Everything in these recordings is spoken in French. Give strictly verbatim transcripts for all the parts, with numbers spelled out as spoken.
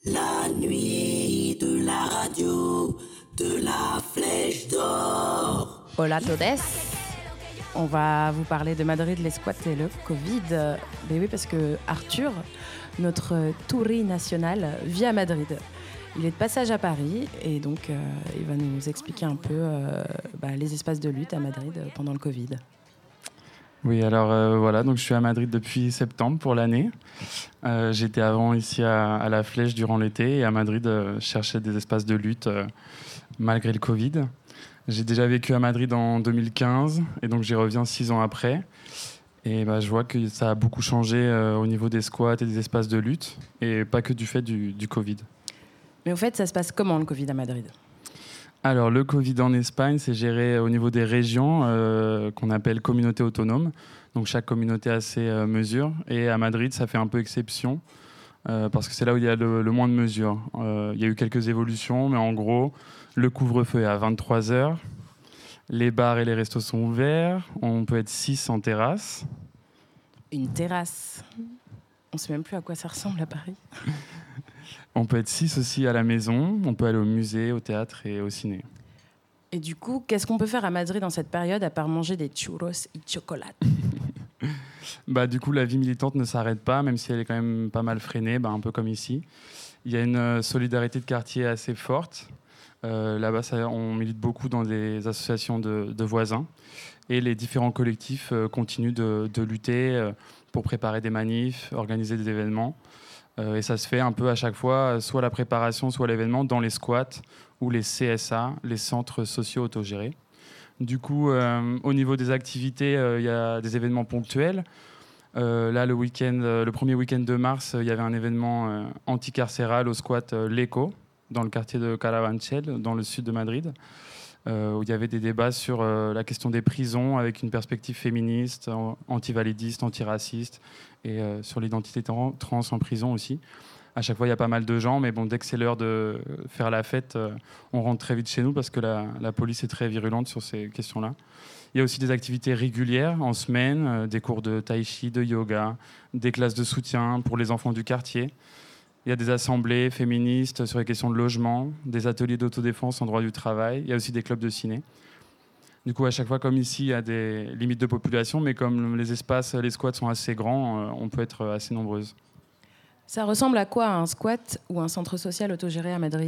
La nuit de la radio, de la Flèche d'Or. Hola todes. On va vous parler de Madrid, les squats et le Covid. Mais oui, parce que Arthur, notre touri national, vit à Madrid. Il est de passage à Paris et donc euh, il va nous expliquer un peu euh, bah, les espaces de lutte à Madrid pendant le Covid. Oui, alors euh, voilà, donc je suis à Madrid depuis septembre pour l'année. Euh, j'étais avant ici à, à la Flèche durant l'été et à Madrid, euh, je cherchais des espaces de lutte euh, malgré le Covid. J'ai déjà vécu à Madrid en deux mille quinze et donc j'y reviens six ans après. Et bah, je vois que ça a beaucoup changé euh, au niveau des squats et des espaces de lutte et pas que du fait du, du Covid. Mais au fait, ça se passe comment le Covid à Madrid ? Alors, le Covid en Espagne, c'est géré au niveau des régions euh, qu'on appelle communautés autonomes. Donc, chaque communauté a ses euh, mesures. Et à Madrid, ça fait un peu exception euh, parce que c'est là où il y a le, le moins de mesures. Euh, il y a eu quelques évolutions, mais en gros, le couvre-feu est à vingt-trois heures. Les bars et les restos sont ouverts. On peut être six en terrasse. Une terrasse. On ne sait même plus à quoi ça ressemble à Paris. On peut être six aussi à la maison. On peut aller au musée, au théâtre et au ciné. Et du coup, qu'est-ce qu'on peut faire à Madrid dans cette période à part manger des churros et chocolat ? Bah, du coup, la vie militante ne s'arrête pas, même si elle est quand même pas mal freinée, bah, un peu comme ici. Il y a une solidarité de quartier assez forte. Euh, là-bas, ça, on milite beaucoup dans des associations de, de voisins. Et les différents collectifs euh, continuent de, de lutter euh, pour préparer des manifs, organiser des événements. Euh, et ça se fait un peu à chaque fois, soit la préparation, soit l'événement, dans les squats ou les C S A, les centres sociaux autogérés. Du coup, euh, au niveau des activités, il euh, y a des événements ponctuels. Euh, là, le, week-end, euh, le premier week-end de mars, il euh, y avait un événement euh, anticarcéral au squat euh, L'Eco, dans le quartier de Carabanchel, dans le sud de Madrid, euh, où il y avait des débats sur euh, la question des prisons avec une perspective féministe, antivalidiste, antiraciste, et euh, sur l'identité trans en prison aussi. À chaque fois, il y a pas mal de gens, mais bon, dès que c'est l'heure de faire la fête, euh, on rentre très vite chez nous parce que la, la police est très virulente sur ces questions-là. Il y a aussi des activités régulières en semaine, euh, des cours de tai chi, de yoga, des classes de soutien pour les enfants du quartier. Il y a des assemblées féministes sur les questions de logement, des ateliers d'autodéfense en droit du travail. Il y a aussi des clubs de ciné. Du coup, à chaque fois, comme ici, il y a des limites de population, mais comme les espaces, les squats sont assez grands, on peut être assez nombreuses. Ça ressemble à quoi, un squat ou un centre social autogéré à Madrid ?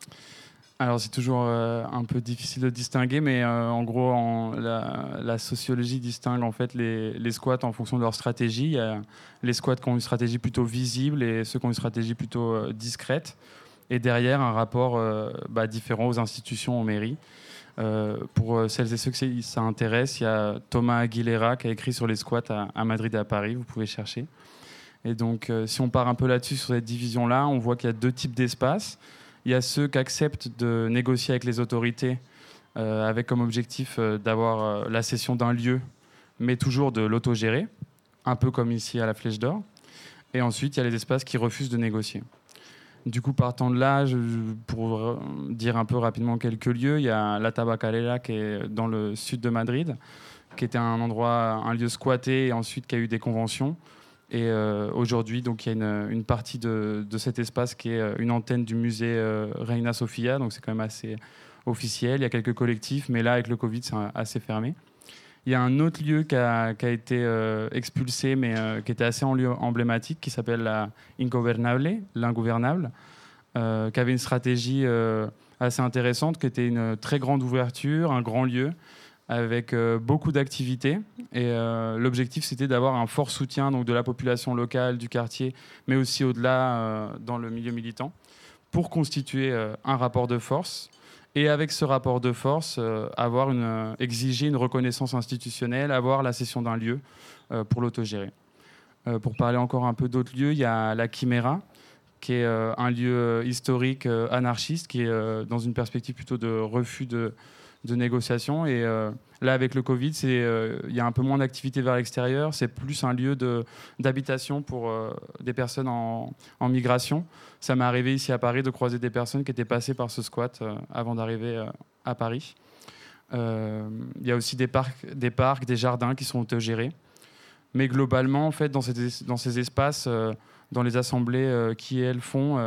Alors, c'est toujours euh, un peu difficile de distinguer, mais euh, en gros, en, la, la sociologie distingue en fait les, les squats en fonction de leur stratégie. Il y a les squats qui ont une stratégie plutôt visible et ceux qui ont une stratégie plutôt euh, discrète. Et derrière, un rapport euh, bah, différent aux institutions, aux mairies. Euh, pour celles et ceux que ça intéresse, il y a Thomas Aguilera qui a écrit sur les squats à, à Madrid et à Paris, vous pouvez chercher. Et donc, euh, si on part un peu là-dessus, sur cette division-là, on voit qu'il y a deux types d'espaces. Il y a ceux qui acceptent de négocier avec les autorités euh, avec comme objectif euh, d'avoir euh, la cession d'un lieu, mais toujours de l'autogérer, un peu comme ici à la Flèche d'Or. Et ensuite, il y a les espaces qui refusent de négocier. Du coup, partant de là, je, pour dire un peu rapidement quelques lieux, il y a la Tabacalera qui est dans le sud de Madrid, qui était un endroit, un lieu squatté et ensuite qui a eu des conventions. Et euh, aujourd'hui, donc, il y a une, une partie de, de cet espace qui est une antenne du musée euh, Reina Sofía, donc c'est quand même assez officiel. Il y a quelques collectifs, mais là, avec le Covid, c'est assez fermé. Il y a un autre lieu qui a, qui a été euh, expulsé, mais euh, qui était assez en lieu emblématique, qui s'appelle la Ingobernable, l'ingouvernable, euh, qui avait une stratégie euh, assez intéressante, qui était une très grande ouverture, un grand lieu, avec euh, beaucoup d'activités. Et euh, l'objectif, c'était d'avoir un fort soutien donc, de la population locale, du quartier, mais aussi au-delà euh, dans le milieu militant, pour constituer euh, un rapport de force. Et avec ce rapport de force, euh, avoir une, euh, exiger une reconnaissance institutionnelle, avoir la cession d'un lieu euh, pour l'autogérer. Euh, pour parler encore un peu d'autres lieux, il y a la Quimera, qui est euh, un lieu euh, historique euh, anarchiste, qui est euh, dans une perspective plutôt de refus de, de négociation. Et euh, là, avec le Covid, il euh, y a un peu moins d'activité vers l'extérieur. C'est plus un lieu de, d'habitation pour euh, des personnes en, en migration. Ça m'est arrivé ici à Paris de croiser des personnes qui étaient passées par ce squat euh, avant d'arriver euh, à Paris. Il euh, y a aussi des parcs, des parcs, des jardins qui sont autogérés. Mais globalement, en fait, dans ces, dans ces espaces, euh, dans les assemblées euh, qui elles font, euh,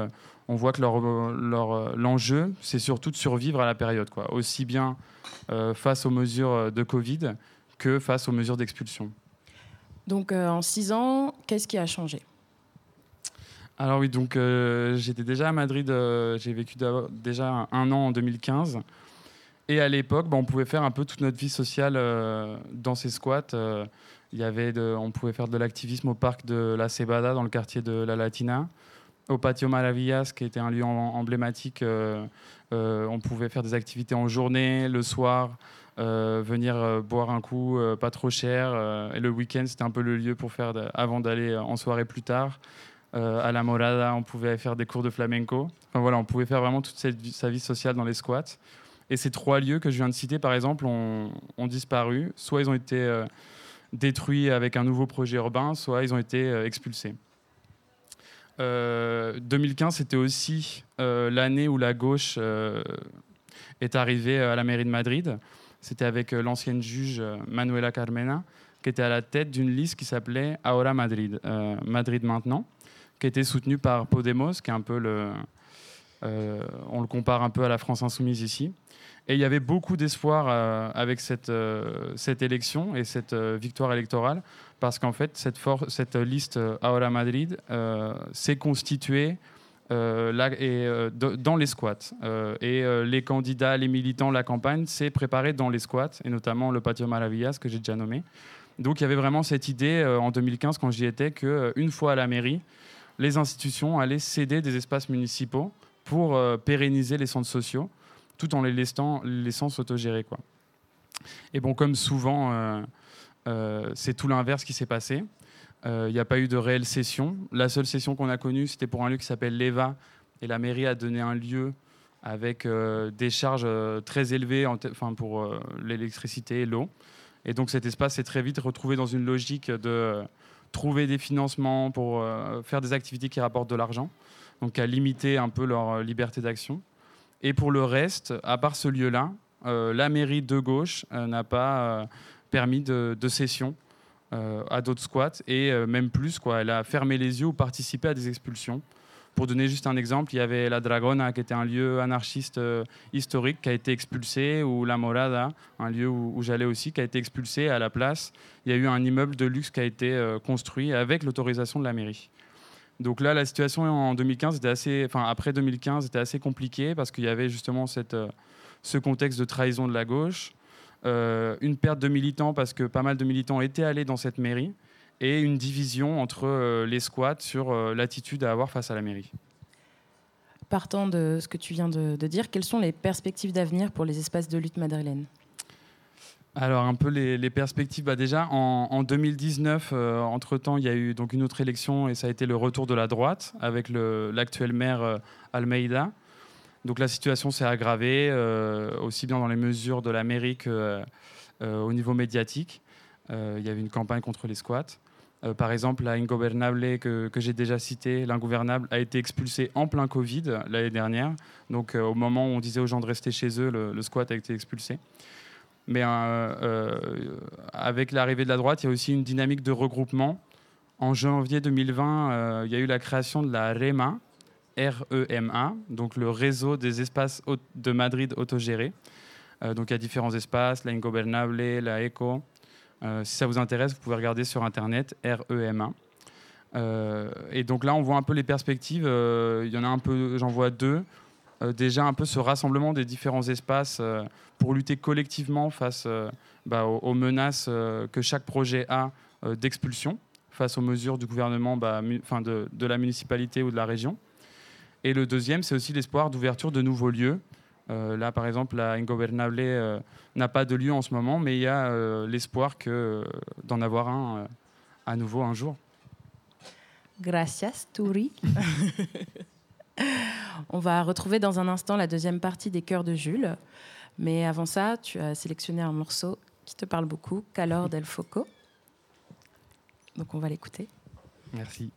on voit que leur, leur, l'enjeu, c'est surtout de survivre à la période, quoi. Aussi bien euh, face aux mesures de Covid que face aux mesures d'expulsion. Donc euh, en six ans, qu'est-ce qui a changé ? Alors oui, donc euh, j'étais déjà à Madrid, euh, j'ai vécu déjà un an en deux mille quinze. Et à l'époque, bah, on pouvait faire un peu toute notre vie sociale euh, dans ces squats. Euh, y avait de, on pouvait faire de l'activisme au parc de la Cebada, dans le quartier de La Latina. Au Patio Maravillas, qui était un lieu en, emblématique, euh, euh, on pouvait faire des activités en journée, le soir, euh, venir euh, boire un coup, euh, pas trop cher. Euh, et le week-end, c'était un peu le lieu pour faire, de, avant d'aller en soirée plus tard. Euh, à la Morada, on pouvait faire des cours de flamenco. Enfin voilà, on pouvait faire vraiment toute cette, sa vie sociale dans les squats. Et ces trois lieux que je viens de citer, par exemple, ont, ont disparu. Soit ils ont été euh, détruits avec un nouveau projet urbain, soit ils ont été euh, expulsés. Euh, deux mille quinze, c'était aussi euh, l'année où la gauche euh, est arrivée à la mairie de Madrid. C'était avec euh, l'ancienne juge euh, Manuela Carmena, qui était à la tête d'une liste qui s'appelait Ahora Madrid, euh, Madrid maintenant, qui était soutenue par Podemos, qui est un peu le... Euh, on le compare un peu à la France insoumise ici. Et il y avait beaucoup d'espoir euh, avec cette, euh, cette élection et cette euh, victoire électorale, parce qu'en fait, cette, for- cette liste euh, Ahora Madrid euh, s'est constituée euh, là, et, euh, d- dans les squats. Euh, et euh, les candidats, les militants, la campagne s'est préparée dans les squats, et notamment le Patio Maravillas, que j'ai déjà nommé. Donc il y avait vraiment cette idée, euh, en deux mille quinze, quand j'y étais, qu'une fois à la mairie, les institutions allaient céder des espaces municipaux pour euh, pérenniser les centres sociaux, tout en les laissant, les laissant s'autogérer, quoi. Et bon, comme souvent, euh, euh, c'est tout l'inverse qui s'est passé. Il euh, n'y a pas eu de réelle cession. La seule cession qu'on a connue, c'était pour un lieu qui s'appelle l'Eva, et la mairie a donné un lieu avec euh, des charges euh, très élevées en te- pour euh, l'électricité et l'eau. Et donc cet espace s'est très vite retrouvé dans une logique de euh, trouver des financements pour euh, faire des activités qui rapportent de l'argent, donc à limiter un peu leur euh, liberté d'action. Et pour le reste, à part ce lieu-là, euh, la mairie de gauche euh, n'a pas euh, permis de, de cession euh, à d'autres squats, et euh, même plus, quoi. Elle a fermé les yeux ou participé à des expulsions. Pour donner juste un exemple, il y avait la Dragona, qui était un lieu anarchiste euh, historique, qui a été expulsé, ou la Morada, un lieu où, où j'allais aussi, qui a été expulsé. À la place, il y a eu un immeuble de luxe qui a été euh, construit avec l'autorisation de la mairie. Donc là, la situation en deux mille quinze était assez, enfin après deux mille quinze, était assez compliquée, parce qu'il y avait justement cette, euh, ce contexte de trahison de la gauche, euh, une perte de militants parce que pas mal de militants étaient allés dans cette mairie, et une division entre euh, les squats sur euh, l'attitude à avoir face à la mairie. Partant de ce que tu viens de, de dire, quelles sont les perspectives d'avenir pour les espaces de lutte madrilènes ? Alors, un peu les, les perspectives. Bah déjà, en, en deux mille dix-neuf, euh, entre-temps, il y a eu donc une autre élection, et ça a été le retour de la droite avec le, l'actuel maire euh, Almeida. Donc la situation s'est aggravée, euh, aussi bien dans les mesures de la mairie qu'au euh, euh, niveau médiatique. Euh, il y avait une campagne contre les squats. Euh, par exemple, la Ingobernable, que, que j'ai déjà citée, l'Ingouvernable, a été expulsée en plein Covid l'année dernière. Donc euh, au moment où on disait aux gens de rester chez eux, le, le squat a été expulsé. Mais euh, euh, avec l'arrivée de la droite, il y a aussi une dynamique de regroupement. En janvier deux mille vingt, euh, il y a eu la création de la REMA, R E M A, donc le réseau des espaces de Madrid autogérés. Euh, donc il y a différents espaces, la Ingobernable, la ECO. Euh, si ça vous intéresse, vous pouvez regarder sur Internet, R E M A. Euh, et donc là, on voit un peu les perspectives. Euh, il y en a un peu, j'en vois deux. Euh, déjà un peu ce rassemblement des différents espaces euh, pour lutter collectivement face euh, bah, aux, aux menaces euh, que chaque projet a euh, d'expulsion, face aux mesures du gouvernement, bah, mu- de, de la municipalité ou de la région. Et le deuxième, c'est aussi l'espoir d'ouverture de nouveaux lieux. Euh, là, par exemple, la Ingobernable euh, n'a pas de lieu en ce moment, mais il y a euh, l'espoir que, euh, d'en avoir un euh, à nouveau un jour. Gracias, Turi. On va retrouver dans un instant la deuxième partie des Chœurs de Jules. Mais avant ça, tu as sélectionné un morceau qui te parle beaucoup, Calor del Foco. Donc on va l'écouter. Merci.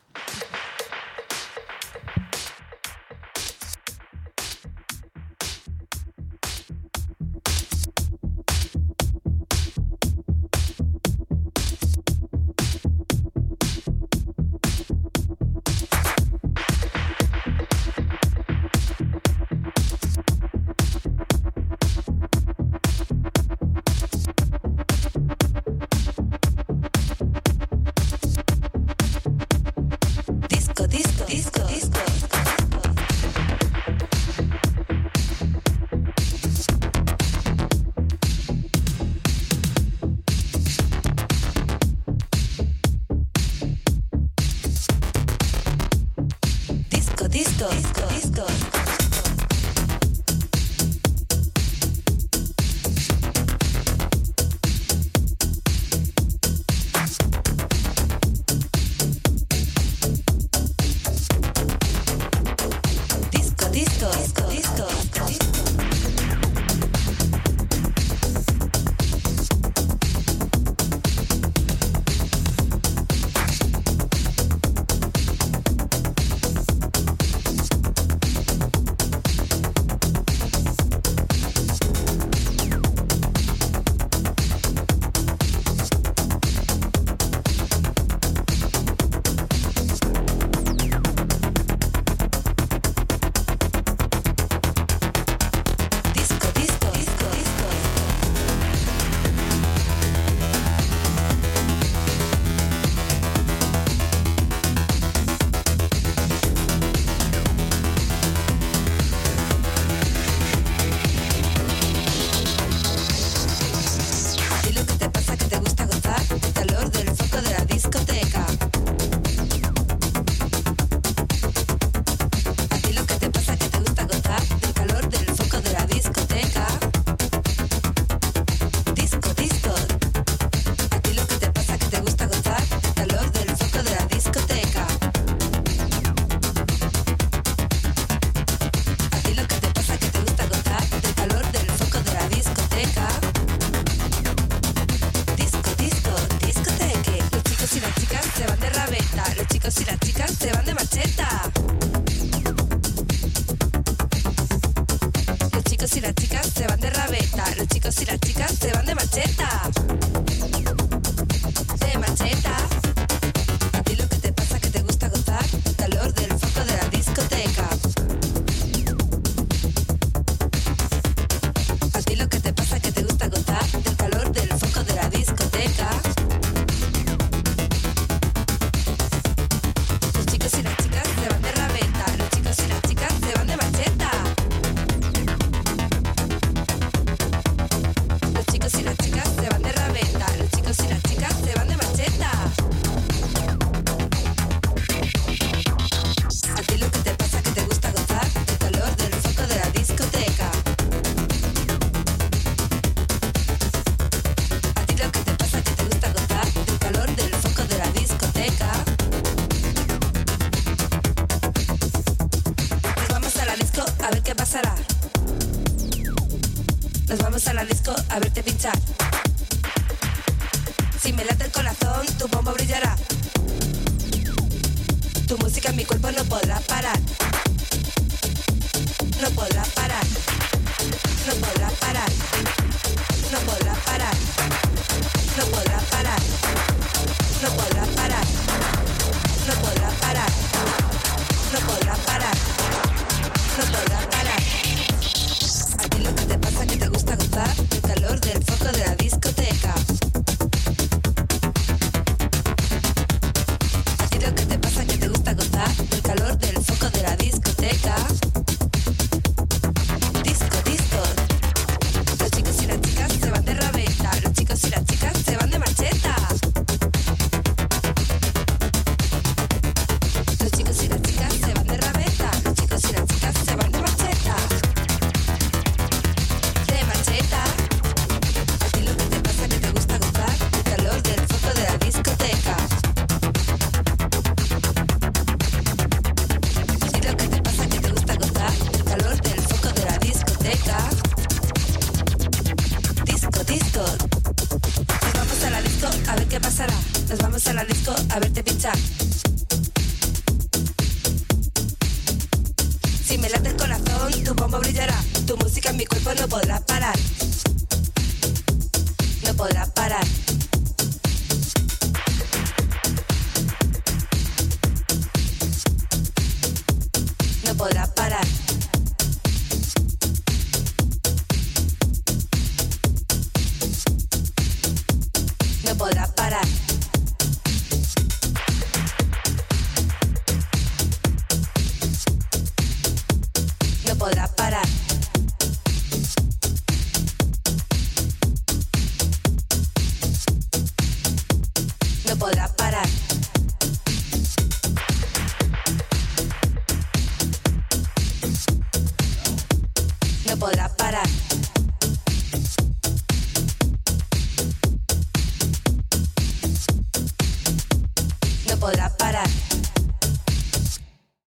podrás parar.